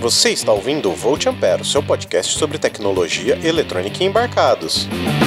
Você está ouvindo o Volt Ampere, seu podcast sobre tecnologia, eletrônica e embarcados.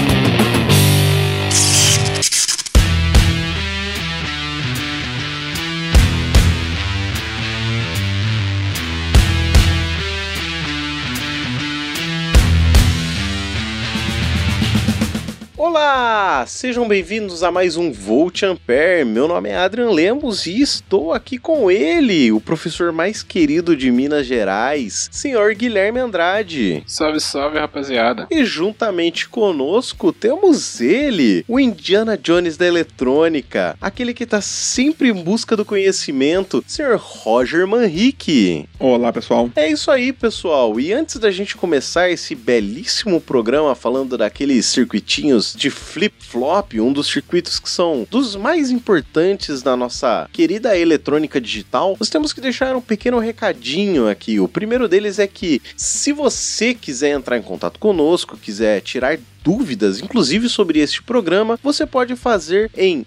Olá! Sejam bem-vindos a mais um Volt Ampere. Meu nome é Adrian Lemos e estou aqui com ele, o professor mais querido de Minas Gerais, senhor Guilherme Andrade. Salve, salve, rapaziada. E juntamente conosco temos ele, o Indiana Jones da eletrônica, aquele que está sempre em busca do conhecimento, senhor Roger Manrique. Olá, pessoal. É isso aí, pessoal. E antes da gente começar esse belíssimo programa falando daqueles circuitinhos de flip-flop, um dos circuitos que são dos mais importantes da nossa querida eletrônica digital, nós temos que deixar um pequeno recadinho aqui. O primeiro deles é que, se você quiser entrar em contato conosco, quiser tirar dúvidas, inclusive sobre este programa, você pode fazer em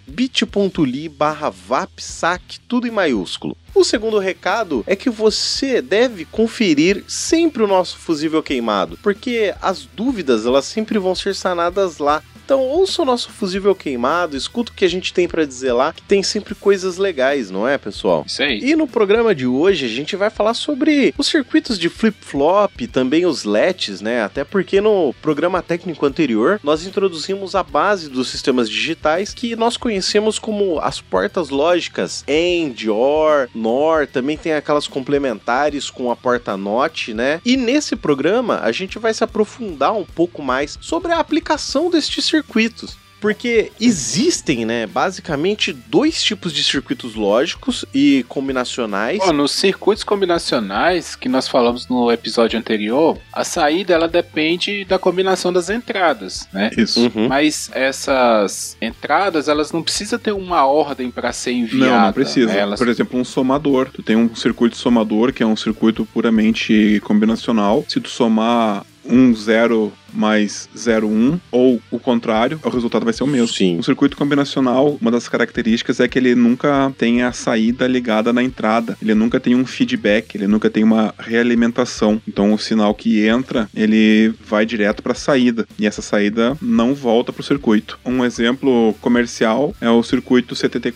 bit.ly/vapsac, tudo em maiúsculo. O segundo recado é que você deve conferir sempre o nosso fusível queimado, porque as dúvidas elas sempre vão ser sanadas lá. Então ouça o nosso fusível queimado, escuta o que a gente tem pra dizer lá, que tem sempre coisas legais, não é, pessoal? Isso aí. E no programa de hoje a gente vai falar sobre os circuitos de flip-flop, também os LETs, né? Até porque no programa técnico anterior nós introduzimos a base dos sistemas digitais que nós conhecemos como as portas lógicas AND, OR, NOR, também tem aquelas complementares com a porta NOT, né? E nesse programa a gente vai se aprofundar um pouco mais sobre a aplicação destes circuitos. Porque existem, né, basicamente dois tipos de circuitos lógicos e combinacionais. Nos circuitos combinacionais, que nós falamos no episódio anterior, a saída ela depende da combinação das entradas, né? Isso. Uhum. Mas essas entradas, elas não precisam ter uma ordem para ser enviada. Não precisa. Né? Por exemplo, um somador. Tu tem um circuito somador, que é um circuito puramente combinacional. Se tu somar 0 mais 0,1 ou o contrário, o resultado vai ser o mesmo. Sim. O circuito combinacional, uma das características é que ele nunca tem a saída ligada na entrada, ele nunca tem um feedback, ele nunca tem uma realimentação. Então o sinal que entra, ele vai direto para a saída e essa saída não volta para o circuito. Um exemplo comercial é o circuito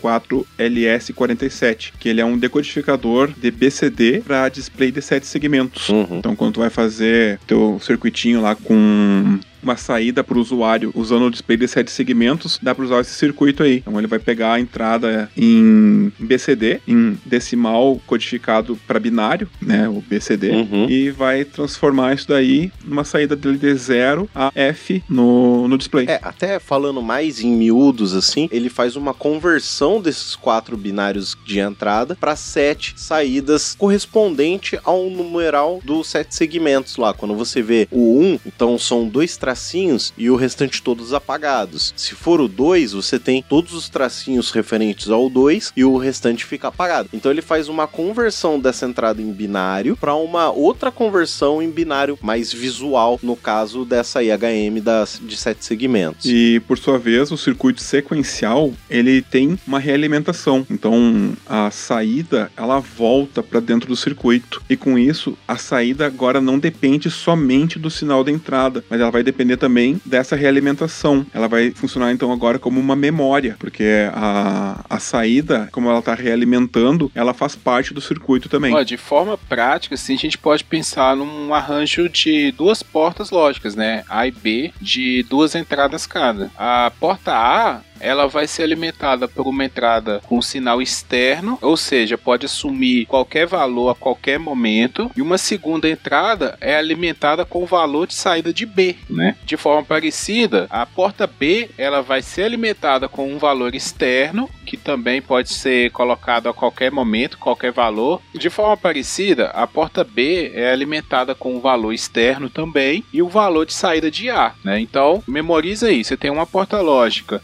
74LS47, que ele é um decodificador de BCD para display de 7 segmentos. Uhum. Então quando tu vai fazer teu circuitinho lá com uma saída para o usuário usando o display de 7 segmentos, dá para usar esse circuito aí. Então ele vai pegar a entrada em BCD, em decimal codificado para binário, né, o BCD, e vai transformar isso daí numa saída dele de 0 a F no display. Até falando mais em miúdos assim, ele faz uma conversão desses 4 binários de entrada para 7 saídas correspondente ao numeral dos 7 segmentos lá. Quando você vê o 1, então são 2 tracinhos e o restante todos apagados. Se for o 2, você tem todos os tracinhos referentes ao 2 e o restante fica apagado. Então ele faz uma conversão dessa entrada em binário para uma outra conversão em binário mais visual, no caso dessa IHM de 7 segmentos. E por sua vez, o circuito sequencial, ele tem uma realimentação. Então a saída, ela volta para dentro do circuito. E com isso, a saída agora não depende somente do sinal da entrada, mas ela vai depender também dessa realimentação. Ela vai funcionar então agora como uma memória, porque a saída, como ela está realimentando, ela faz parte do circuito também. De forma prática, assim, a gente pode pensar num arranjo de 2 portas lógicas, né? A e B, de 2 entradas cada. A porta A, ela vai ser alimentada por uma entrada com sinal externo, ou seja, pode assumir qualquer valor a qualquer momento, e uma segunda entrada é alimentada com o valor de saída de B, né? De forma parecida, a porta B, ela vai ser alimentada com um valor externo, que também pode ser colocado a qualquer momento, qualquer valor. De forma parecida, a porta B é alimentada com um valor externo também, e o valor de saída de A, né? Então, memoriza aí, você tem uma porta lógica com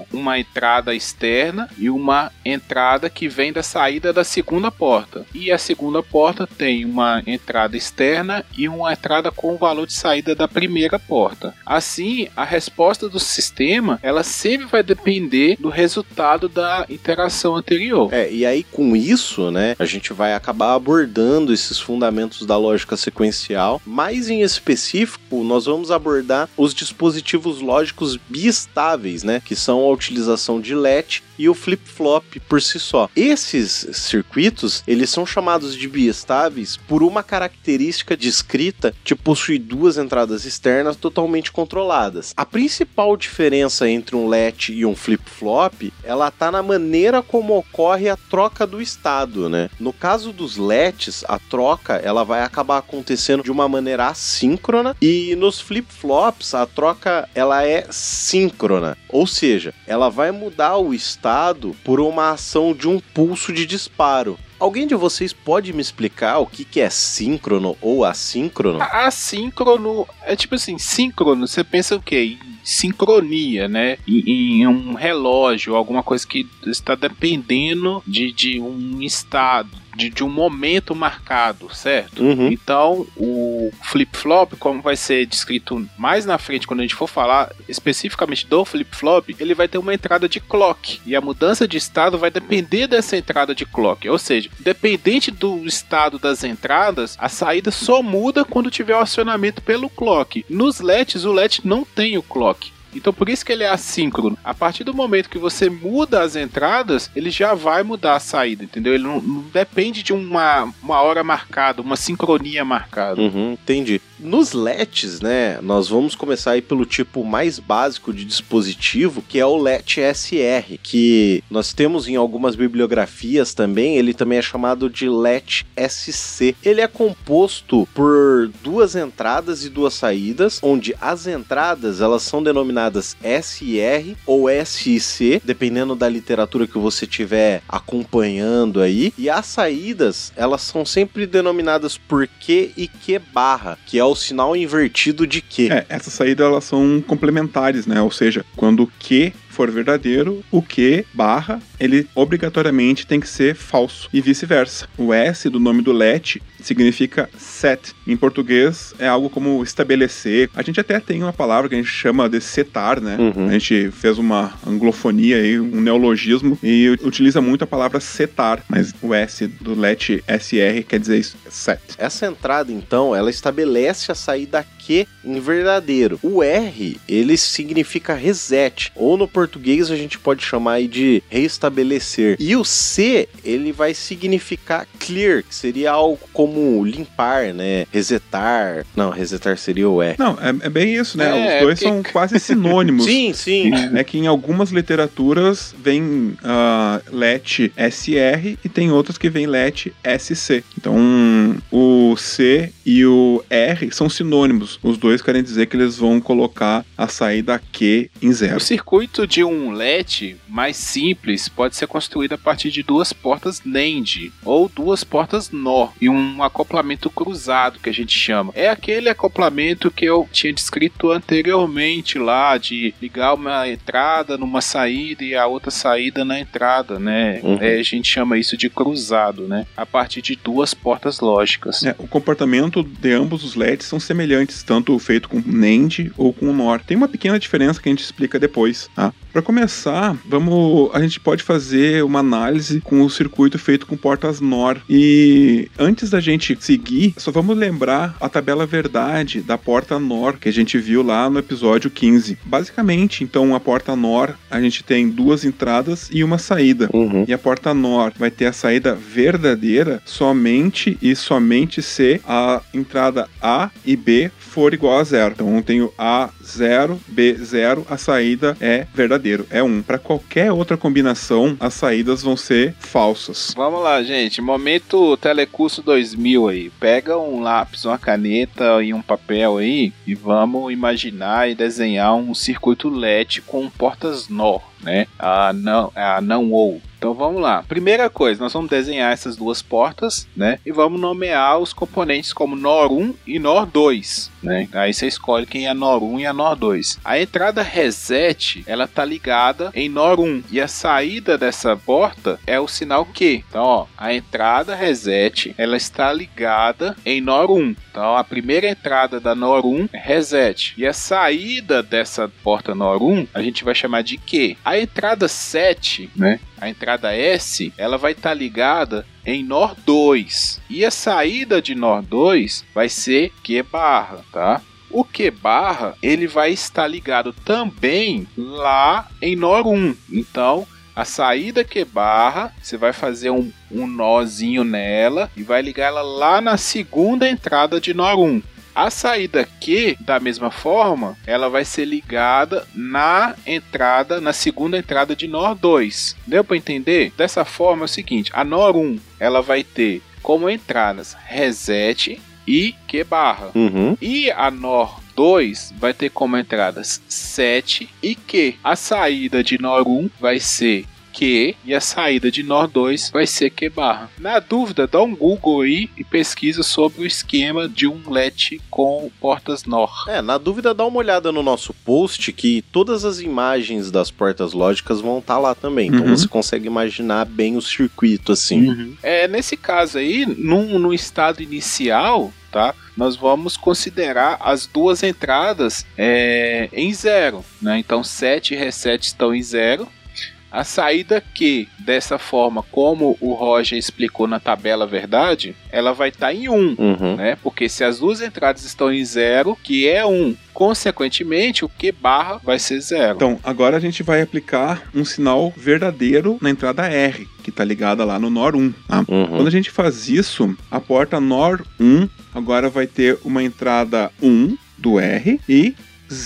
uma entrada externa e uma entrada que vem da saída da segunda porta. E a segunda porta tem uma entrada externa e uma entrada com o valor de saída da primeira porta. Assim, a resposta do sistema, ela sempre vai depender do resultado da interação anterior. E aí com isso, né, a gente vai acabar abordando esses fundamentos da lógica sequencial. Mais em específico, nós vamos abordar os dispositivos lógicos biestáveis, né, que são a utilização de LET e o flip-flop por si só. Esses circuitos, eles são chamados de biestáveis por uma característica descrita que possui duas entradas externas totalmente controladas. A principal diferença entre um LET e um flip-flop, ela tá na maneira como ocorre a troca do estado, né? No caso dos LETs, a troca, ela vai acabar acontecendo de uma maneira assíncrona, e nos flip-flops, a troca, ela é síncrona, ou seja, ela vai mudar o estado por uma ação de um pulso de disparo. Alguém de vocês pode me explicar o que é síncrono ou assíncrono? Assíncrono é tipo assim, síncrono, você pensa o quê? Em sincronia, né? Em um relógio, alguma coisa que está dependendo de um estado, de um momento marcado, certo? Uhum. Então, o flip-flop, como vai ser descrito mais na frente, quando a gente for falar especificamente do flip-flop, ele vai ter uma entrada de clock, e a mudança de estado vai depender dessa entrada de clock, ou seja, dependente do estado das entradas, a saída só muda quando tiver o acionamento pelo clock. Nos LETs, o LED não tem o clock. Então por isso que ele é assíncrono. A partir do momento que você muda as entradas, ele já vai mudar a saída, entendeu? Ele não depende de uma hora marcada, uma sincronia marcada. Entendi. Nos LETs, né, nós vamos começar aí pelo tipo mais básico de dispositivo, que é o LET SR, que nós temos em algumas bibliografias também, ele também é chamado de LET SC. Ele é composto por duas entradas e duas saídas, onde as entradas, elas são denominadas SR ou SIC, dependendo da literatura que você estiver acompanhando aí, e as saídas, elas são sempre denominadas por Q e Q barra, que é o sinal invertido de Q. Essas saídas, elas são complementares, né? Ou seja, quando o Q for verdadeiro, o Q barra, ele obrigatoriamente tem que ser falso, e vice-versa. O S do nome do LET significa set. Em português é algo como estabelecer. A gente até tem uma palavra que a gente chama de setar, né? A gente fez uma anglofonia aí, um neologismo, e utiliza muito a palavra setar, mas o S do LET SR quer dizer isso, set. Essa entrada, então, ela estabelece a saída Q em verdadeiro. O R, ele significa reset, ou no português a gente pode chamar aí de reestabelecer. E o C, ele vai significar clear, que seria algo como limpar, né? Resetar. Não, resetar seria o R. Não, é bem isso, né? Os dois são quase sinônimos. Sim. É que em algumas literaturas vem LET SR e tem outras que vem LET SC. Então, o C e o R são sinônimos. Os dois querem dizer que eles vão colocar a saída Q em zero. O circuito de um LET mais simples pode ser construído a partir de duas portas NAND ou duas portas NOR e um acoplamento cruzado, que a gente chama. É aquele acoplamento que eu tinha descrito anteriormente lá, de ligar uma entrada numa saída e a outra saída na entrada, né? A gente chama isso de cruzado, né? A partir de duas portas lógicas. O comportamento de ambos os LEDs são semelhantes, tanto feito com NAND ou com NOR. Tem uma pequena diferença que a gente explica depois, tá? Para começar, a gente pode fazer uma análise com o circuito feito com portas NOR. E antes da gente seguir, só vamos lembrar a tabela verdade da porta NOR que a gente viu lá no episódio 15. Basicamente, então, a porta NOR, a gente tem duas entradas e uma saída. E a porta NOR vai ter a saída verdadeira somente e somente se a entrada A e B for igual a zero. Então, eu tenho A 0, B 0, a saída é verdadeiro, é 1. Para qualquer outra combinação, as saídas vão ser falsas. Vamos lá, gente. Momento Telecurso 2000 aí. Pega um lápis, uma caneta e um papel aí e vamos imaginar e desenhar um circuito LED com portas NOR, né? A não ou. Então vamos lá. Primeira coisa, nós vamos desenhar essas duas portas, né? E vamos nomear os componentes como NOR 1 e NOR 2, né? Aí você escolhe quem é NOR 1 e a NOR 2. A entrada reset, ela tá ligada em NOR 1 e a saída dessa porta é o sinal Q. Então, ó, a entrada reset, ela está ligada em NOR 1. Então, a primeira entrada da NOR 1 é reset e a saída dessa porta NOR 1 a gente vai chamar de Q. A entrada 7, né? A entrada S, ela vai estar ligada em NOR 2 e a saída de NOR 2 vai ser Q barra, tá? O Q barra, ele vai estar ligado também lá em NOR 1. Então, a saída Q barra, você vai fazer um nozinho nela e vai ligar ela lá na segunda entrada de NOR 1. A saída Q, da mesma forma, ela vai ser ligada na segunda entrada de NOR 2. Deu para entender? Dessa forma é o seguinte, a NOR 1, ela vai ter como entradas reset e Q barra. E a NOR 2 vai ter como entradas set e Q. A saída de NOR 1 vai ser Q e a saída de NOR 2 vai ser Q barra. Na dúvida, dá um Google aí e pesquisa sobre o esquema de um LET com portas NOR. Na dúvida, dá uma olhada no nosso post que todas as imagens das portas lógicas vão estar lá também. Então você consegue imaginar bem o circuito assim. Nesse caso aí, no estado inicial, tá? Nós vamos considerar as duas entradas em zero, né? Então 7 e reset estão em zero. A saída Q, dessa forma como o Roger explicou na tabela verdade, ela vai estar em 1, né? Porque se as duas entradas estão em 0, que é 1, consequentemente o Q barra vai ser 0. Então, agora a gente vai aplicar um sinal verdadeiro na entrada R, que está ligada lá no NOR 1. Tá? Quando a gente faz isso, a porta NOR 1 agora vai ter uma entrada 1 do R e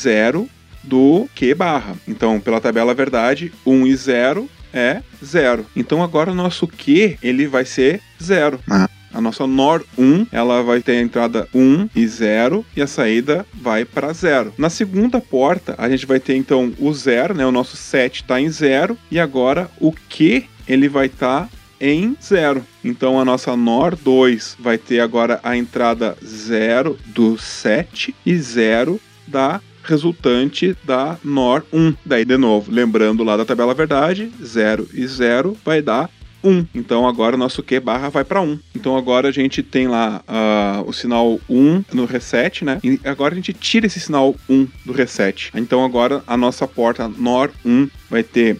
0 do Q barra. Então, pela tabela verdade, 1 e 0 é 0. Então, agora o nosso Q, ele vai ser 0. A nossa NOR 1, ela vai ter a entrada 1 e 0 e a saída vai para 0. Na segunda porta, a gente vai ter então o 0, né? O nosso set está em 0 e agora o Q, ele vai estar em 0. Então a nossa NOR 2 vai ter agora a entrada 0 do set e 0 da resultante da NOR 1. Daí, de novo, lembrando lá da tabela verdade, 0 e 0 vai dar 1. Então agora o nosso Q barra vai para 1. Então agora a gente tem lá o sinal 1 no reset, né? E agora a gente tira esse sinal 1 do reset. Então agora a nossa porta NOR 1 vai ter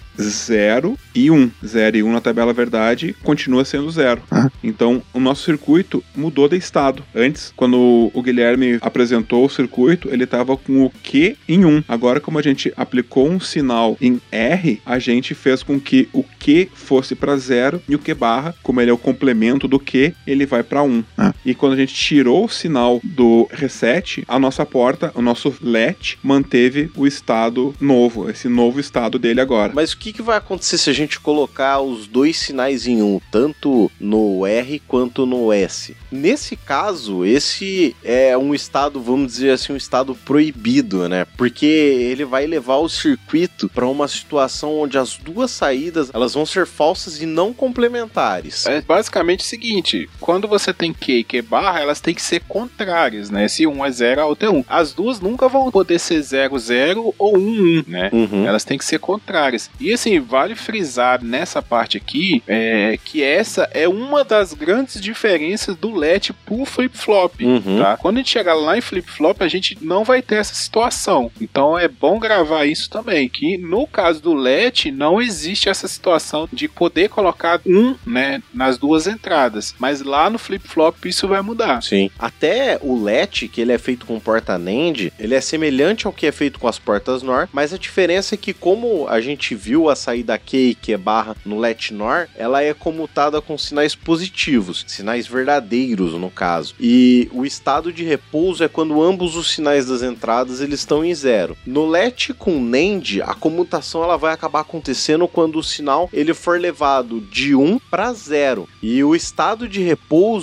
0 e 1. 0 e 1 na tabela verdade continua sendo 0. Então o nosso circuito mudou de estado. Antes, quando o Guilherme apresentou o circuito, ele estava com o Q em 1. Agora, como a gente aplicou um sinal em R, a gente fez com que o Q fosse para 0 e o Q barra, como ele é o complemento do Q, ele vai para 1. E quando a gente tirou o sinal do reset, a nossa porta, o nosso LET, manteve o estado novo, esse novo estado dele agora. Mas o que vai acontecer se a gente colocar os dois sinais em 1, tanto no R quanto no S? Nesse caso, esse é um estado, vamos dizer assim, um estado proibido, né? Porque ele vai levar o circuito para uma situação onde as duas saídas, elas vão ser falsas e não complementares. É basicamente o seguinte, quando você tem Q e Q barra, elas têm que ser contrárias, né? Se um é 0, a outra é 1. As duas nunca vão poder ser 0, 0 ou 1, 1, né? Elas têm que ser contrárias. E assim, vale frisar nessa parte aqui que essa é uma das grandes diferenças do LET pro flip-flop, tá? Quando a gente chegar lá em flip-flop, a gente não vai ter essa situação. Então é bom gravar isso também, que no caso do LET não existe essa situação de poder colocar 1, né, nas duas entradas. Mas lá no flip-flop isso vai mudar. Sim. Até o LET, que ele é feito com porta NAND, ele é semelhante ao que é feito com as portas NOR, mas a diferença é que como a gente viu a saída Q e Q barra no LET NOR, ela é comutada com sinais positivos, sinais verdadeiros no caso. E o estado de repouso é quando ambos os sinais das entradas eles estão em 0. No LET com NAND, a comutação ela vai acabar acontecendo quando o sinal ele for levado de 1 para 0. E o estado de repouso é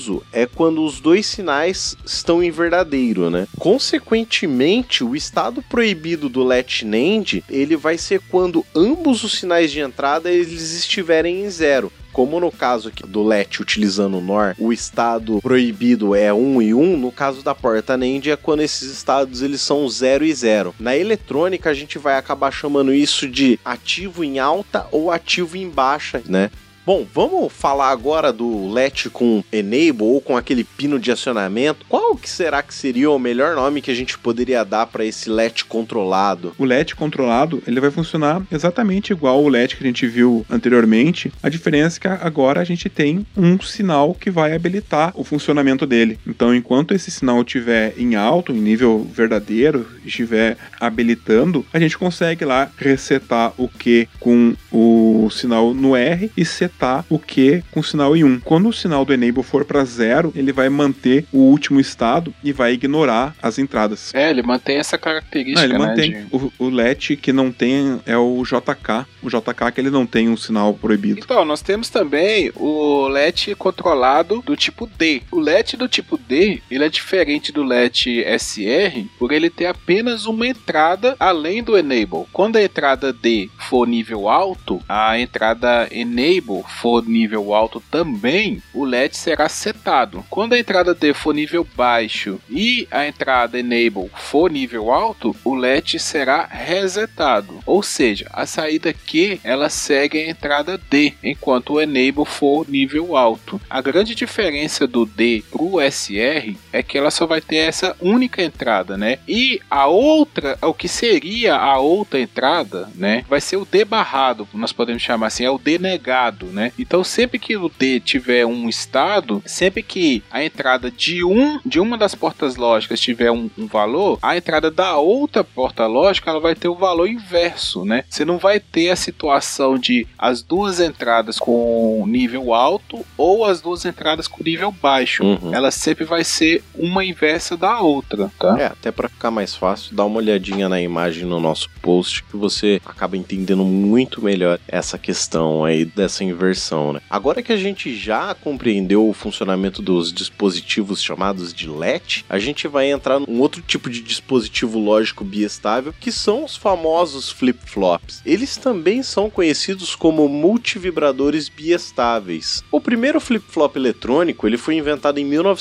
é quando os dois sinais estão em verdadeiro, né? Consequentemente, o estado proibido do let NAND, ele vai ser quando ambos os sinais de entrada eles estiverem em 0. Como no caso aqui do let utilizando o NOR, o estado proibido é 1 e 1, no caso da porta NAND é quando esses estados eles são 0 e 0. Na eletrônica a gente vai acabar chamando isso de ativo em alta ou ativo em baixa, né? Bom, vamos falar agora do let com enable ou com aquele pino de acionamento. Qual que será que seria o melhor nome que a gente poderia dar para esse let controlado? O let controlado, ele vai funcionar exatamente igual o let que a gente viu anteriormente. A diferença é que agora a gente tem um sinal que vai habilitar o funcionamento dele. Então, enquanto esse sinal estiver em alto, em nível verdadeiro, estiver habilitando, a gente consegue lá resetar o Q com o sinal no R e setar o Q com o sinal em 1. Quando o sinal do enable for para 0, ele vai manter o último estado e vai ignorar as entradas. Ele mantém essa característica, ele mantém. Né, o let que não tem é o JK. O JK que ele não tem um sinal proibido. Então, nós temos também o let controlado do tipo D. O let do tipo D, ele é diferente do let SR por ele ter apenas uma entrada além do enable. Quando a entrada D for nível alto, a entrada enable for nível alto também, o let será setado. Quando a entrada D for nível baixo e a entrada enable for nível alto, o let será resetado. Ou seja, a saída Q, ela segue a entrada D, enquanto o enable for nível alto. A grande diferença do D pro SR é que ela só vai ter essa única entrada, né? E a outra, o que seria a outra entrada, né, vai ser o D barrado, nós podemos chamar assim, é o D negado, né? Então, sempre que o D tiver um estado, sempre que a entrada de uma das portas lógicas tiver um valor, a entrada da outra porta lógica ela vai ter o valor inverso, né? Você não vai ter a situação de as duas entradas com nível alto ou as duas entradas com nível baixo. Ela sempre vai ser uma inversa da outra, tá? Até para ficar mais fácil, dá uma olhadinha na imagem no nosso post que você acaba entendendo muito melhor essa questão aí dessa inversão, né? Agora que a gente já compreendeu o funcionamento dos dispositivos chamados de let, a gente vai entrar num outro tipo de dispositivo lógico biestável, que são os famosos flip-flops. Eles também são conhecidos como multivibradores biestáveis. O primeiro flip-flop eletrônico ele foi inventado em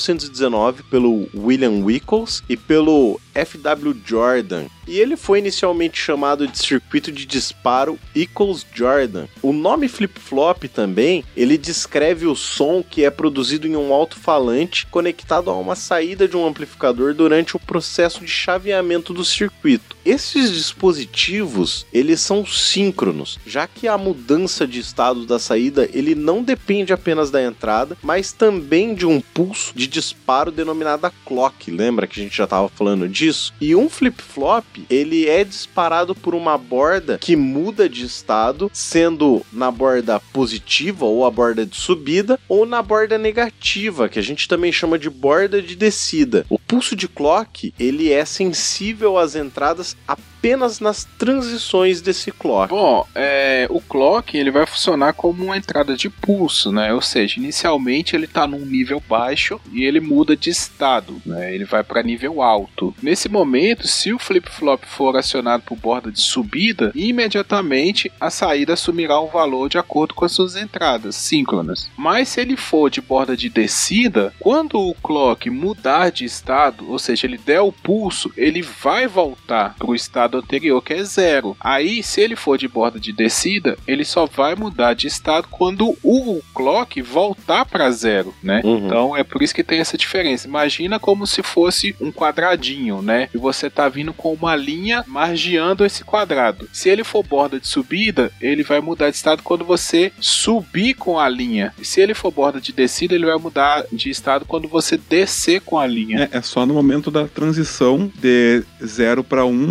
1919 pelo William Wickles e pelo F.W. Jordan, e ele foi inicialmente chamado de circuito de disparo Eccles-Jordan. O nome flip-flop também, ele descreve o som que é produzido em um alto-falante conectado a uma saída de um amplificador durante o processo de chaveamento do circuito. Esses dispositivos, eles são síncronos, já que a mudança de estado da saída, ele não depende apenas da entrada, mas também de um pulso de disparo denominado clock. Lembra que a gente já estava falando disso? E um flip-flop, ele é disparado por uma borda que muda de estado, sendo na borda positiva ou a borda de subida, ou na borda negativa, que a gente também chama de borda de descida. O pulso de clock, ele é sensível às entradas apenas nas transições desse clock. Bom, o clock ele vai funcionar como uma entrada de pulso, né? Ou seja, inicialmente ele está num nível baixo e ele muda de estado, né? Ele vai para nível alto. Nesse momento, se o flip-flop for acionado por borda de subida, imediatamente a saída assumirá um valor de acordo com as suas entradas síncronas. Mas se ele for de borda de descida, quando o clock mudar de estado, ou seja, ele der o pulso, ele vai voltar para o estado anterior, que é 0. Aí, se ele for de borda de descida, ele só vai mudar de estado quando o clock voltar para 0, né? Então, é por isso que tem essa diferença. Imagina como se fosse um quadradinho, né? E você tá vindo com uma linha margeando esse quadrado. Se ele for borda de subida, ele vai mudar de estado quando você subir com a linha. E se ele for borda de descida, ele vai mudar de estado quando você descer com a linha. É só no momento da transição de 0 para 1 e de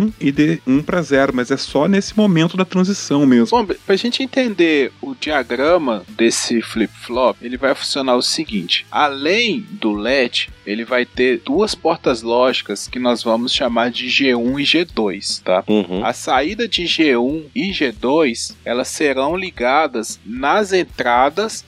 de 1 para 0, mas é só nesse momento da transição mesmo. Bom, pra gente entender o diagrama desse flip-flop, ele vai funcionar o seguinte: além do LED, ele vai ter duas portas lógicas que nós vamos chamar de G1 e G2, tá? A saída de G1 e G2, elas serão ligadas nas entradas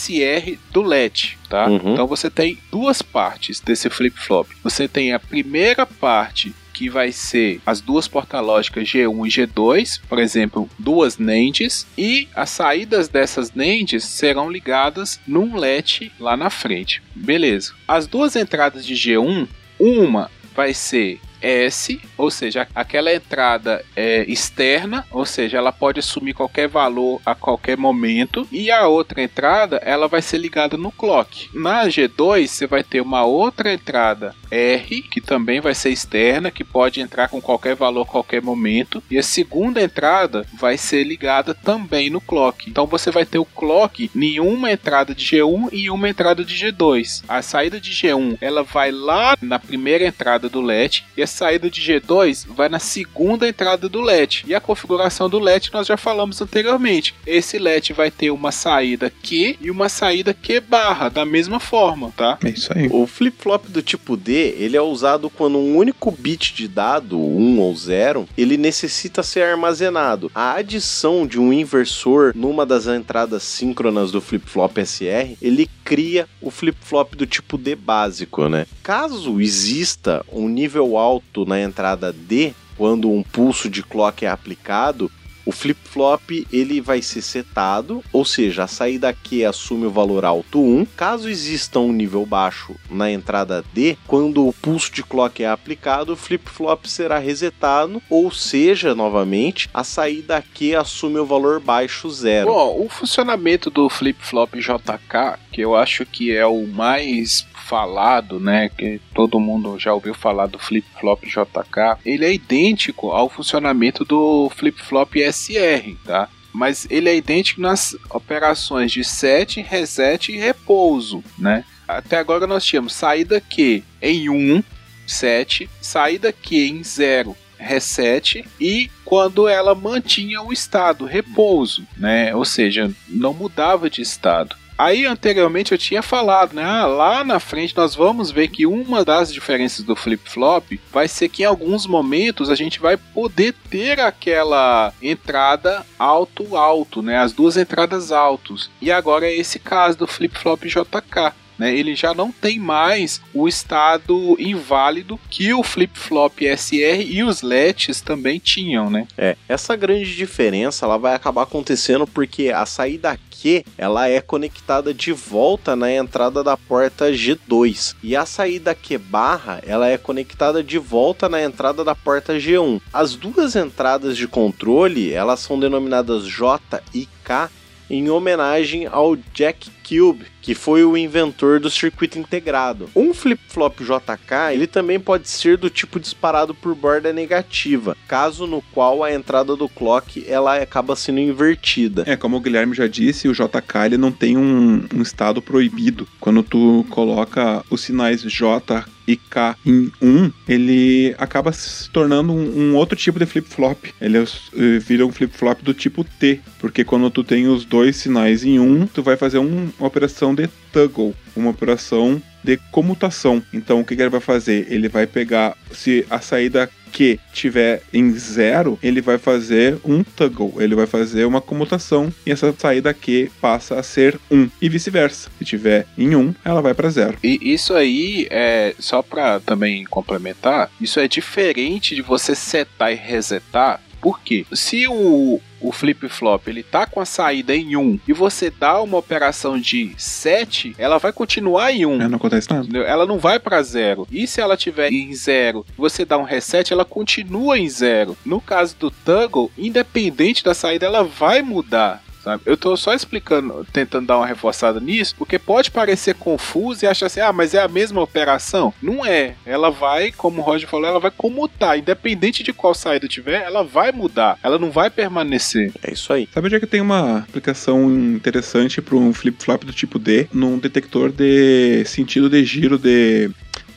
SR do LED, tá? Então você tem duas partes desse flip-flop. Você tem a primeira parte, que vai ser as duas portas lógicas G1 e G2, por exemplo, duas NANDs, e as saídas dessas NANDs serão ligadas num LED lá na frente. Beleza. As duas entradas de G1, uma vai ser S, ou seja, aquela entrada externa, ou seja, ela pode assumir qualquer valor a qualquer momento, e a outra entrada, ela vai ser ligada no clock. Na G2, você vai ter uma outra entrada R, que também vai ser externa, que pode entrar com qualquer valor a qualquer momento, e a segunda entrada vai ser ligada também no clock. Então você vai ter o clock em uma entrada de G1 e uma entrada de G2. A saída de G1, ela vai lá na primeira entrada do LED, e a saída de G2 vai na segunda entrada do LED. E a configuração do LED nós já falamos anteriormente. Esse LED vai ter uma saída Q e uma saída Q barra, da mesma forma, tá? É isso aí. O flip-flop do tipo D, ele é usado quando um único bit de dado, 1 ou 0, ele necessita ser armazenado. A adição de um inversor numa das entradas síncronas do flip-flop SR, ele cria o flip-flop do tipo D básico, né? Caso exista um nível alto na entrada D, quando um pulso de clock é aplicado, o flip-flop ele vai ser setado, ou seja, a saída Q assume o valor alto 1. Caso exista um nível baixo na entrada D, quando o pulso de clock é aplicado, o flip-flop será resetado, ou seja, novamente, a saída Q assume o valor baixo 0. Bom, o funcionamento do flip-flop JK, que eu acho que é o mais falado, né, que todo mundo já ouviu falar do flip-flop JK, ele é idêntico ao funcionamento do flip-flop SR, tá? Mas ele é idêntico nas operações de set, reset e repouso, né? Até agora nós tínhamos saída Q em 1, set, saída Q em 0, reset, e quando ela mantinha o estado, repouso, né? Ou seja, não mudava de estado. Aí anteriormente eu tinha falado, né? Lá na frente nós vamos ver que uma das diferenças do flip-flop vai ser que em alguns momentos a gente vai poder ter aquela entrada alto-alto, né? As duas entradas altos. E agora é esse caso do flip-flop JK. Né, ele já não tem mais o estado inválido que o flip-flop SR e os LEDs também tinham, né? Essa grande diferença ela vai acabar acontecendo porque a saída Q ela é conectada de volta na entrada da porta G2 e a saída Q barra ela é conectada de volta na entrada da porta G1. As duas entradas de controle elas são denominadas J e K em homenagem ao Jack Cube, que foi o inventor do circuito integrado. Um flip-flop JK, ele também pode ser do tipo disparado por borda negativa, caso no qual a entrada do clock ela acaba sendo invertida. Como o Guilherme já disse, o JK ele não tem um estado proibido. Quando tu coloca os sinais J e K em 1, ele acaba se tornando um outro tipo de flip-flop. Ele vira um flip-flop do tipo T, porque quando tu tem os dois sinais em 1, tu vai fazer uma operação de toggle, uma operação de comutação. Então o que ele vai fazer? Ele vai pegar, se a saída Q tiver em 0, ele vai fazer um toggle, ele vai fazer uma comutação e essa saída Q passa a ser 1 e vice-versa. Se tiver em 1, ela vai para 0. E isso aí, só para também complementar, isso é diferente de você setar e resetar. Por quê? Se o flip-flop ele tá com a saída em 1 e você dá uma operação de set, ela vai continuar em 1. Não acontece nada. Ela não vai para 0. E se ela tiver em 0 e você dá um reset, ela continua em 0. No caso do toggle, independente da saída, ela vai mudar. Sabe? Eu tô só explicando, tentando dar uma reforçada nisso, porque pode parecer confuso e achar assim, mas é a mesma operação? Não é. Ela vai, como o Roger falou, ela vai comutar. Independente de qual saída tiver, ela vai mudar. Ela não vai permanecer. É isso aí. Sabe onde é que tem uma aplicação interessante para um flip-flop do tipo D? Num detector de sentido de giro de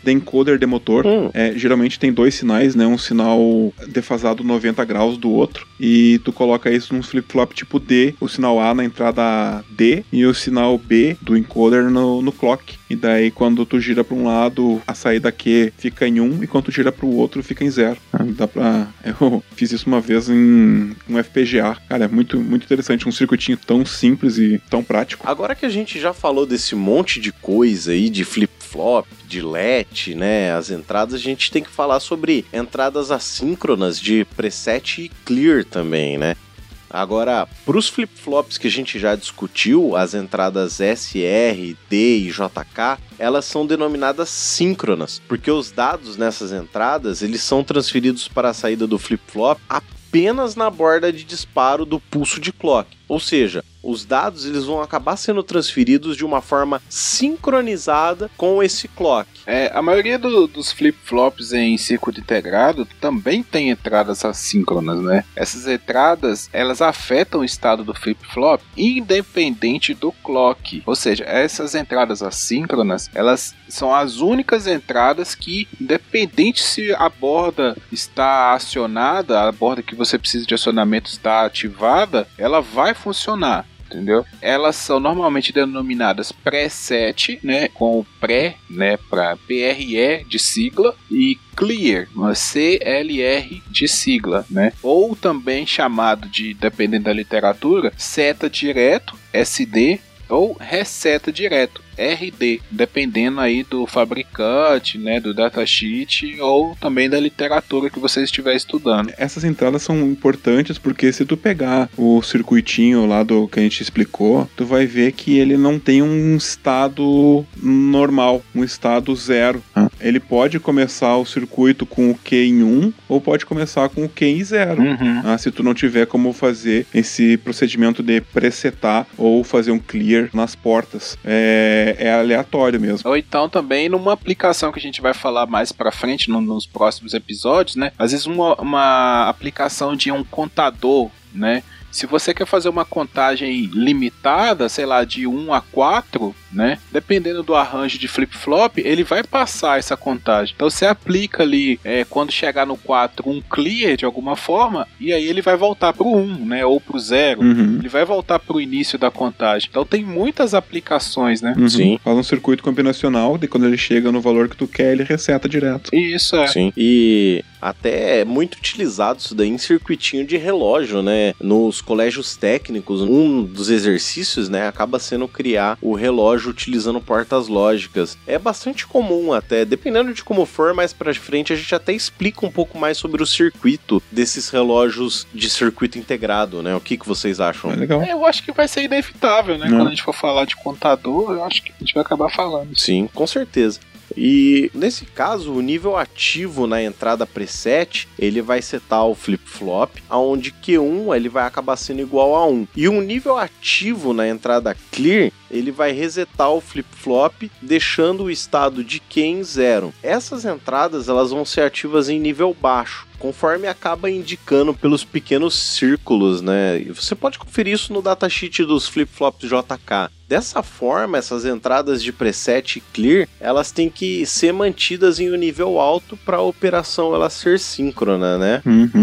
de encoder de motor. Geralmente tem 2 sinais, né? Um sinal defasado 90 graus do outro. E tu coloca isso num flip-flop tipo D, o sinal A na entrada D e o sinal B do encoder no clock. E daí quando tu gira para um lado, a saída Q fica em 1 e quando tu gira para o outro fica em 0. Eu fiz isso uma vez em um FPGA. Cara, é muito, muito interessante. Um circuitinho tão simples e tão prático. Agora que a gente já falou desse monte de coisa aí, de flip-flop, de latch, né, as entradas, a gente tem que falar sobre entradas assíncronas de preset e clear também, né? Agora, para os flip-flops que a gente já discutiu, as entradas SR, D e JK, elas são denominadas síncronas, porque os dados nessas entradas, eles são transferidos para a saída do flip-flop apenas na borda de disparo do pulso de clock. Ou seja, os dados eles vão acabar sendo transferidos de uma forma sincronizada com esse clock. A maioria dos flip-flops em circuito integrado também tem entradas assíncronas, né? Essas entradas, elas afetam o estado do flip-flop independente do clock. Ou seja, essas entradas assíncronas, elas são as únicas entradas que, independente se a borda está acionada, a borda que você precisa de acionamento está ativada, ela vai funcionar. Entendeu? Elas são normalmente denominadas preset, né, com o pré, né, para PRE de sigla, e clear, CLR de sigla, né? Ou também chamado de, dependendo da literatura, seta direto, SD, ou reseta direto, RD, dependendo aí do fabricante, né, do datasheet ou também da literatura que você estiver estudando. Essas entradas são importantes porque se tu pegar o circuitinho lá do que a gente explicou, tu vai ver que ele não tem um estado normal, um estado 0. Ele pode começar o circuito com o Q em 1 ou pode começar com o Q em 0. Se tu não tiver como fazer esse procedimento de presetar ou fazer um clear nas portas. É aleatório mesmo. Ou então também numa aplicação que a gente vai falar mais pra frente nos próximos episódios, né? Às vezes uma aplicação de um contador, né? Se você quer fazer uma contagem limitada, sei lá, de 1 a 4, né? Dependendo do arranjo de flip-flop, ele vai passar essa contagem. Então você aplica ali, quando chegar no 4, um clear de alguma forma, e aí ele vai voltar pro 1, né? Ou pro 0. Ele vai voltar pro início da contagem. Então tem muitas aplicações, né? Sim. Faz um circuito combinacional, e quando ele chega no valor que tu quer, ele reseta direto. Isso, Sim. E até é muito utilizado isso daí em circuitinho de relógio, né? Nos colégios técnicos, um dos exercícios, né, acaba sendo criar o relógio utilizando portas lógicas. É bastante comum até, dependendo de como for, mais pra frente a gente até explica um pouco mais sobre o circuito desses relógios de circuito integrado, né? O que vocês acham? É legal. Eu acho que vai ser inevitável, né? Quando a gente for falar de contador, eu acho que a gente vai acabar falando. Sim, com certeza. E nesse caso, o nível ativo na entrada preset, ele vai setar o flip-flop, onde Q1 ele vai acabar sendo igual a 1. E um nível ativo na entrada clear, ele vai resetar o flip-flop, deixando o estado de Q em 0. Essas entradas elas vão ser ativas em nível baixo, conforme acaba indicando pelos pequenos círculos, né? E você pode conferir isso no datasheet dos flip-flops JK. Dessa forma, essas entradas de preset e clear, elas têm que ser mantidas em um nível alto para a operação ela ser síncrona, né?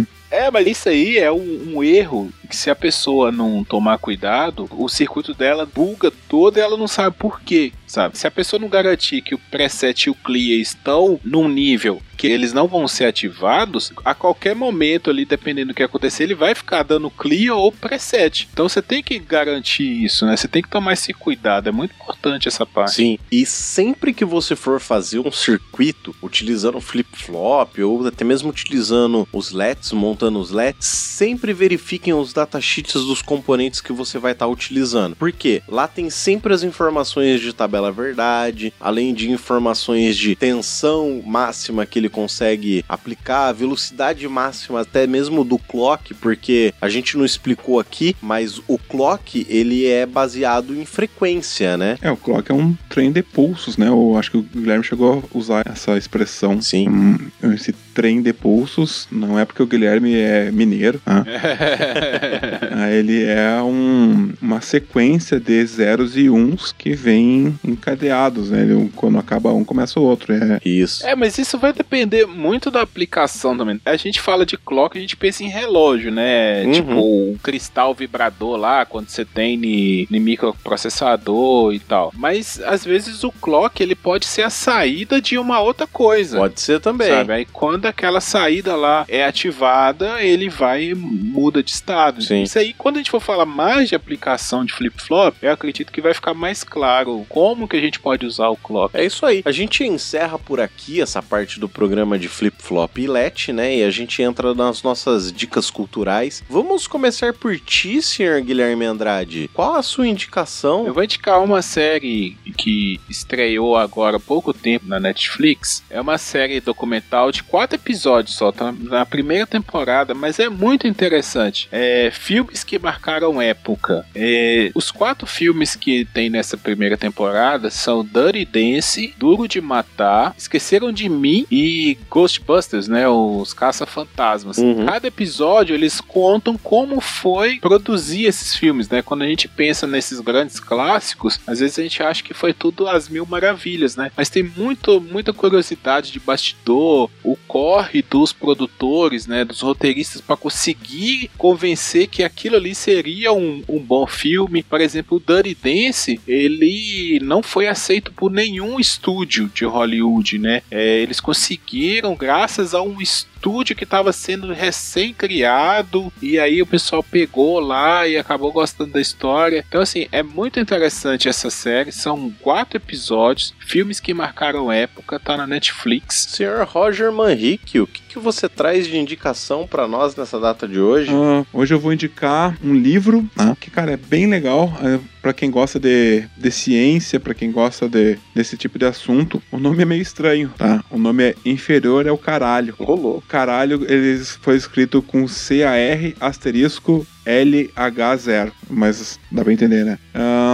Mas isso aí é um erro que se a pessoa não tomar cuidado, o circuito dela buga todo e ela não sabe por quê, sabe? Se a pessoa não garantir que o preset e o clear estão num nível que eles não vão ser ativados, a qualquer momento ali, dependendo do que acontecer, ele vai ficar dando clear ou preset. Então você tem que garantir isso, né? Você tem que tomar esse cuidado, é muito importante essa parte. Sim, e sempre que você for fazer um circuito utilizando flip-flop ou até mesmo utilizando os LEDs, montando os LEDs, sempre verifiquem os datasheets dos componentes que você vai estar utilizando. Por quê? Lá tem sempre as informações de tabela verdade, além de informações de tensão máxima que ele consegue aplicar, a velocidade máxima até mesmo do clock, porque a gente não explicou aqui, mas o clock ele é baseado em frequência, né? O clock é um trem de pulsos, né? Eu acho que o Guilherme chegou a usar essa expressão. Sim. Esse trem de pulsos, não é porque o Guilherme é mineiro. Ele é uma sequência de zeros e uns que vem encadeados, né? Quando acaba um, começa o outro. Isso. Mas isso vai depender muito da aplicação também. A gente fala de clock, a gente pensa em relógio, né? Tipo, o cristal vibrador lá, quando você tem no microprocessador e tal. Mas, às vezes, o clock, ele pode ser a saída de uma outra coisa. Pode ser também. Sabe? Aí, quando aquela saída lá é ativada, ele vai e muda de estado. Sim. Isso aí, quando a gente for falar mais de aplicação de flip-flop, eu acredito que vai ficar mais claro como que a gente pode usar o clock. É isso aí. A gente encerra por aqui essa parte do programa de flip-flop e LET, né? E a gente entra nas nossas dicas culturais. Vamos começar por ti, senhor Guilherme Andrade. Qual a sua indicação? Eu vou indicar uma série que estreou agora há pouco tempo na Netflix. É uma série documental de 4 episódios só, tá na primeira temporada, mas é muito interessante. Filmes que marcaram época. Os 4 filmes que tem nessa primeira temporada são Dirty Dance, Duro de Matar, Esqueceram de Mim e Ghostbusters, né? Os Caça-Fantasmas. Cada episódio eles contam como foi produzir esses filmes, né? Quando a gente pensa nesses grandes clássicos, às vezes a gente acha que foi tudo às mil maravilhas, né? Mas tem muita curiosidade de bastidor, o corre dos produtores, né? Dos roteiristas para conseguir convencer que aquilo ali seria um bom filme. Por exemplo, o Dirty Dance, ele não foi aceito por nenhum estúdio de Hollywood, né? Eles conseguiram, graças a um estúdio que estava sendo recém-criado, e aí o pessoal pegou lá e acabou gostando da história. Então, assim, é muito interessante essa série. São 4 episódios, filmes que marcaram época, tá na Netflix. Senhor Roger Manrique, o que você traz de indicação para nós nessa data de hoje? Hoje eu vou indicar um livro, que, cara, é bem legal. Pra quem gosta de ciência, pra quem gosta desse tipo de assunto. O nome é meio estranho, tá? O nome é Inferior ao Caralho. Rolou. Caralho, ele foi escrito com CAR asterisco LH0, mas dá pra entender, né?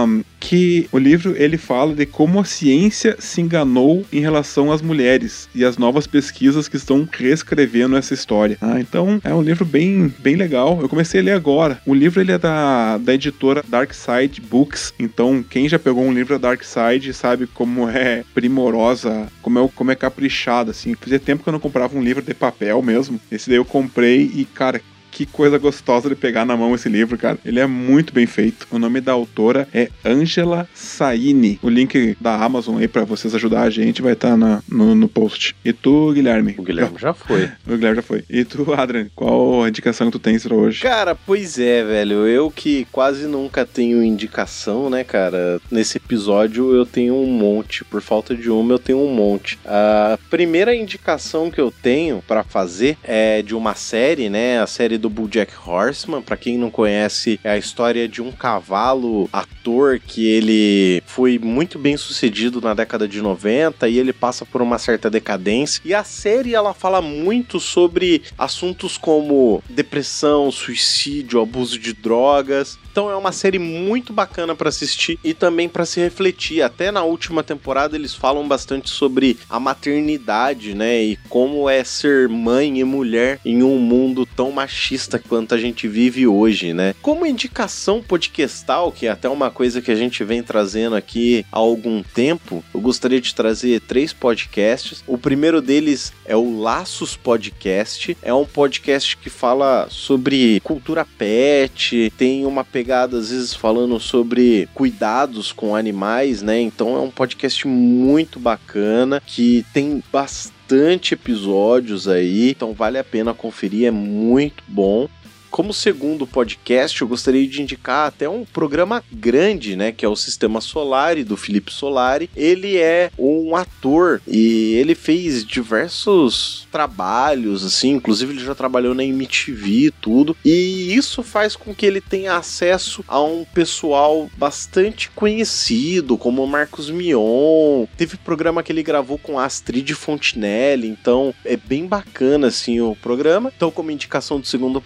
Que o livro, ele fala de como a ciência se enganou em relação às mulheres e as novas pesquisas que estão reescrevendo essa história. Então, é um livro bem legal. Eu comecei a ler agora. O livro, ele é da editora Dark Side Books. Então, quem já pegou um livro da Dark Side sabe como é primorosa, como é caprichada, assim. Fazia tempo que eu não comprava um livro de papel mesmo. Esse daí eu comprei e, cara, que coisa gostosa de pegar na mão esse livro, cara. Ele é muito bem feito. O nome da autora é Angela Saini. O link da Amazon aí pra vocês ajudar a gente vai estar no post. E tu, Guilherme? O Guilherme já foi. O Guilherme já foi. E tu, Adrian, qual a indicação que tu tens pra hoje? Cara, pois é, velho. Eu que quase nunca tenho indicação, né, cara? Nesse episódio eu tenho um monte. Por falta de uma, eu tenho um monte. A primeira indicação que eu tenho pra fazer é de uma série, né? A série do BoJack Horseman. Pra quem não conhece, é a história de um cavalo ator que ele foi muito bem sucedido na década de 90 e ele passa por uma certa decadência. E a série, ela fala muito sobre assuntos como depressão, suicídio, abuso de drogas. Então é uma série muito bacana pra assistir e também pra se refletir. Até na última temporada eles falam bastante sobre a maternidade, né? E como é ser mãe e mulher em um mundo tão machista quanto a gente vive hoje, né? Como indicação podcastal, que é até uma coisa que a gente vem trazendo aqui há algum tempo, eu gostaria de trazer 3 podcasts. O primeiro deles é o Laços Podcast. É um podcast que fala sobre cultura pet, tem uma pegada às vezes falando sobre cuidados com animais, né? Então é um podcast muito bacana, que tem bastante episódios aí, então vale a pena conferir, é muito bom. Como segundo podcast, eu gostaria de indicar até um programa grande, né, que é o Sistema Solari, do Felipe Solari. Ele é um ator e ele fez diversos trabalhos, assim, inclusive ele já trabalhou na MTV e tudo, e isso faz com que ele tenha acesso a um pessoal bastante conhecido, como o Marcos Mion. Teve programa que ele gravou com a Astrid Fontinelli, então é bem bacana, assim, o programa. Então, como indicação do segundo podcast,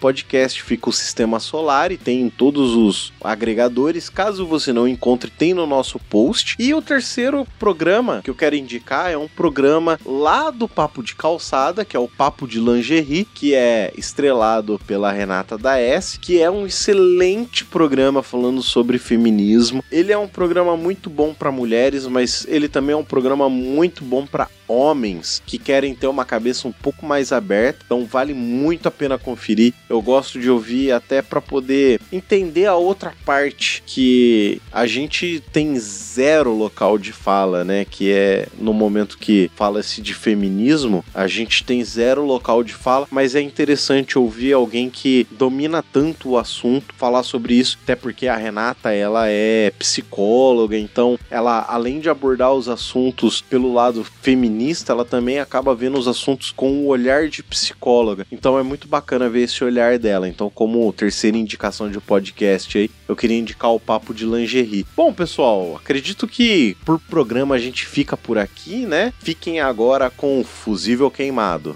podcast fica o Sistema Solar e tem em todos os agregadores. Caso você não encontre, tem no nosso post. E o terceiro programa que eu quero indicar é um programa lá do Papo de Calçada, que é o Papo de Lingerie, que é estrelado pela Renata da S, que é um excelente programa falando sobre feminismo. Ele é um programa muito bom para mulheres, mas ele também é um programa muito bom para homens que querem ter uma cabeça um pouco mais aberta, então vale muito a pena conferir. Eu gosto de ouvir até para poder entender a outra parte, que a gente tem zero local de fala, né, que é no momento que fala-se de feminismo, a gente tem zero local de fala, mas é interessante ouvir alguém que domina tanto o assunto falar sobre isso, até porque a Renata, ela é psicóloga, então ela, além de abordar os assuntos pelo lado feminista, ela também acaba vendo os assuntos com o olhar de psicóloga. Então é muito bacana ver esse olhar dela. Então, como terceira indicação de podcast aí, eu queria indicar o Papo de Lingerie. Bom, pessoal, acredito que por programa a gente fica por aqui, né? Fiquem agora com o Fusível Queimado.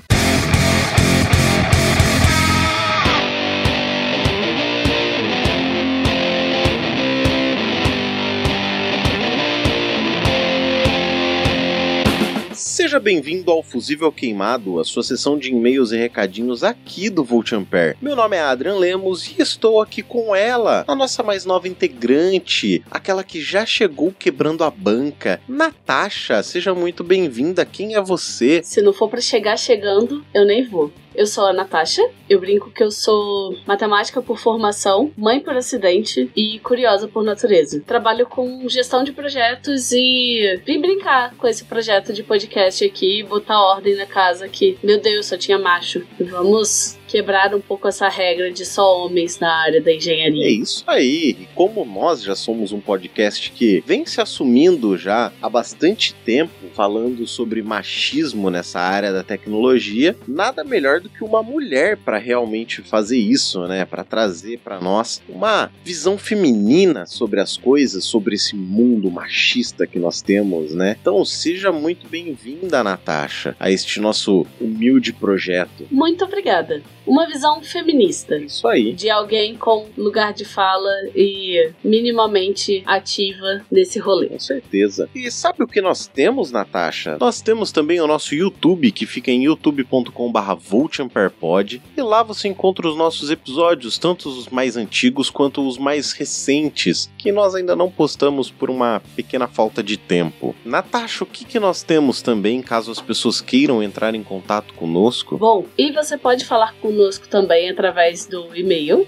Seja bem-vindo ao Fusível Queimado, a sua sessão de e-mails e recadinhos aqui do Volt Ampere. Meu nome é Adrian Lemos e estou aqui com ela, a nossa mais nova integrante, aquela que já chegou quebrando a banca, Natasha. Seja muito bem-vinda, quem é você? Se não for pra chegar chegando, eu nem vou. Eu sou a Natasha, eu brinco que eu sou matemática por formação, mãe por acidente e curiosa por natureza. Trabalho com gestão de projetos e vim brincar com esse projeto de podcast aqui, botar ordem na casa que, meu Deus, só tinha macho. Vamos quebrar um pouco essa regra de só homens na área da engenharia. É isso aí. E como nós já somos um podcast que vem se assumindo já há bastante tempo, falando sobre machismo nessa área da tecnologia, nada melhor do que uma mulher para realmente fazer isso, né? Para trazer para nós uma visão feminina sobre as coisas, sobre esse mundo machista que nós temos, né? Então seja muito bem-vinda, Natasha, a este nosso humilde projeto. Muito obrigada. Uma visão feminista. Isso aí. De alguém com lugar de fala e minimamente ativa nesse rolê. Com certeza. E sabe o que nós temos, Natasha? Nós temos também o nosso YouTube, que fica em youtube.com/voltamperpod. E lá você encontra os nossos episódios, tanto os mais antigos quanto os mais recentes, que nós ainda não postamos por uma pequena falta de tempo. Natasha, o que nós temos também, caso as pessoas queiram entrar em contato conosco? Bom, e você pode falar conosco também através do e-mail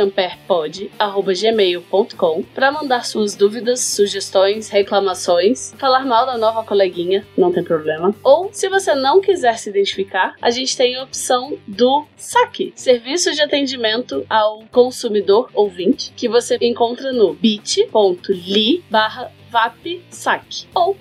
voltamperpod@gmail.com para mandar suas dúvidas, sugestões, reclamações, falar mal da nova coleguinha, não tem problema. Ou, se você não quiser se identificar, a gente tem a opção do SAC, Serviço de Atendimento ao Consumidor Ouvinte, que você encontra no bit.ly/vapsac ou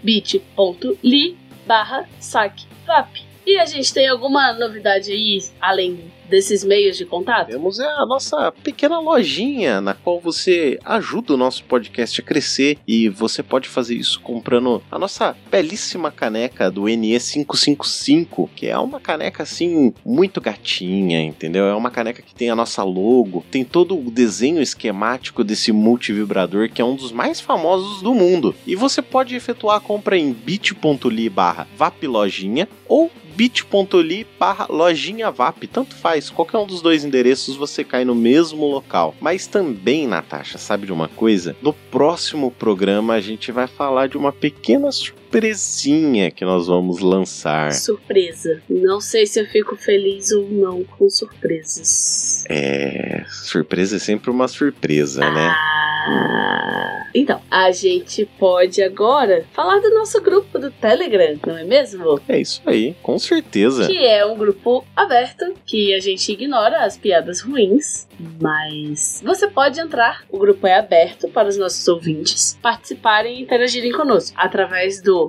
bit.ly/sacvap. E a gente tem alguma novidade aí, além desses meios de contato? Temos a nossa pequena lojinha, na qual você ajuda o nosso podcast a crescer, e você pode fazer isso comprando a nossa belíssima caneca do NE555, que é uma caneca assim, muito gatinha, entendeu? É uma caneca que tem a nossa logo, tem todo o desenho esquemático desse multivibrador, que é um dos mais famosos do mundo. E você pode efetuar a compra em bit.ly/vaplojinha ou bit.ly/lojinhavap, tanto faz, qualquer um dos dois endereços você cai no mesmo local. Mas também, Natasha, sabe de uma coisa? No próximo programa a gente vai falar de uma pequena surpresinha que nós vamos lançar. Surpresa. Não sei se eu fico feliz ou não com surpresas. Surpresa é sempre uma surpresa, né? Então, a gente pode agora falar do nosso grupo do Telegram, não é mesmo? É isso aí, com certeza. Que é um grupo aberto, que a gente ignora as piadas ruins, mas você pode entrar. O grupo é aberto para os nossos ouvintes participarem e interagirem conosco através do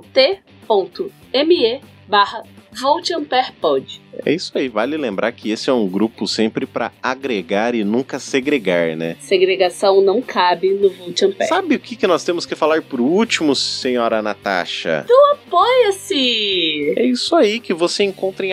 t.me/voltamperpod. É isso aí, vale lembrar que esse é um grupo sempre para agregar e nunca segregar, né? Segregação não cabe no Volt Ampere. Sabe o que nós temos que falar por último, senhora Natasha? Do Apoia-se! Ampere. É isso aí que você encontra em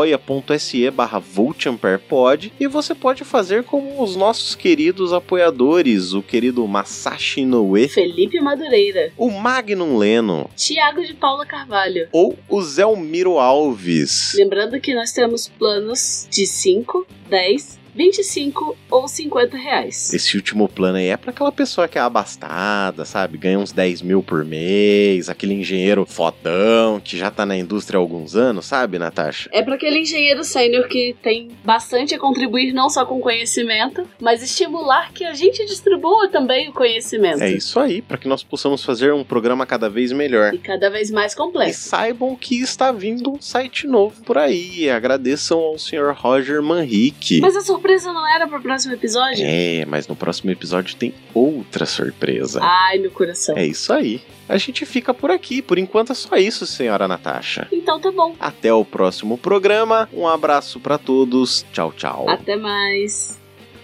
apoia.se/VoltAmperePod e você pode fazer como os nossos queridos apoiadores, o querido Masashi Inoue, Felipe Madureira, o Magnum Leno, Tiago de Paula Carvalho ou o Zelmiro Alves. Lembrando que nós temos planos de 5, 10, 25 ou 50 reais. Esse último plano aí é pra aquela pessoa que é abastada, sabe? Ganha uns 10 mil por mês, aquele engenheiro fodão que já tá na indústria há alguns anos, sabe, Natasha? É para aquele engenheiro sênior que tem bastante a contribuir não só com conhecimento, mas estimular que a gente distribua também o conhecimento. É isso aí, pra que nós possamos fazer um programa cada vez melhor. E cada vez mais E complexo. saibam que está vindo um site novo por aí. Agradeçam ao Sr. Roger Manrique. Mas a surpresa não era pro próximo episódio? É, mas no próximo episódio tem outra surpresa. Ai, meu coração. É isso aí. A gente fica por aqui. Por enquanto é só isso, senhora Natasha. Então tá bom. Até o próximo programa. Um abraço pra todos. Tchau, tchau. Até mais.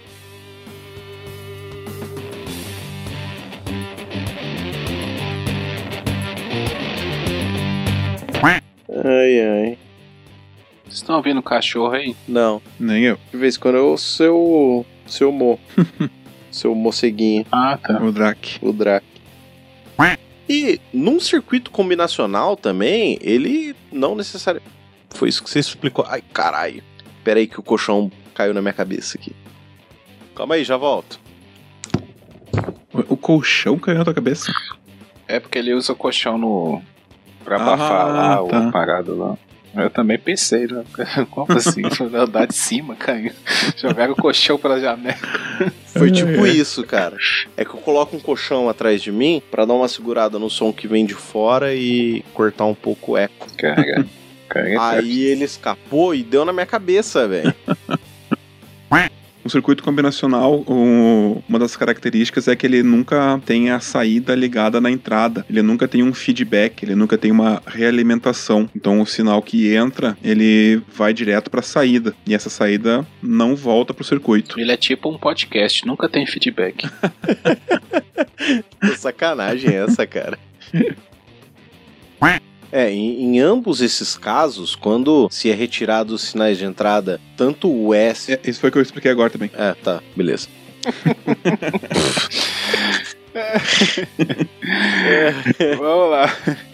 Ai, ai. Vocês estão ouvindo o cachorro aí? Não. Nem eu. De vez em quando eu ouço seu mo. Seu moceguinho. Ah, tá. O Drac. O Drac. E num circuito combinacional também, ele não necessariamente... Foi isso que você explicou. Ai, caralho. Pera aí que o colchão caiu na minha cabeça aqui. Calma aí, já volto. O colchão caiu na tua cabeça? É porque ele usa o colchão pra abafar lá, tá. o parado lá. Eu também pensei, né? Como assim? Andar de cima, caiu. Jogaram o colchão pela janela. Foi tipo isso, cara. É que eu coloco um colchão atrás de mim pra dar uma segurada no som que vem de fora e cortar um pouco o eco. Cara. Aí ele escapou e deu na minha cabeça, velho. O circuito combinacional, uma das características é que ele nunca tem a saída ligada na entrada. Ele nunca tem um feedback, ele nunca tem uma realimentação. Então o sinal que entra, ele vai direto para a saída. E essa saída não volta pro circuito. Ele é tipo um podcast, nunca tem feedback. Que sacanagem é essa, cara? Em ambos esses casos, quando se é retirado os sinais de entrada, tanto o S... Isso foi o que eu expliquei agora também. Tá, beleza. Vamos lá.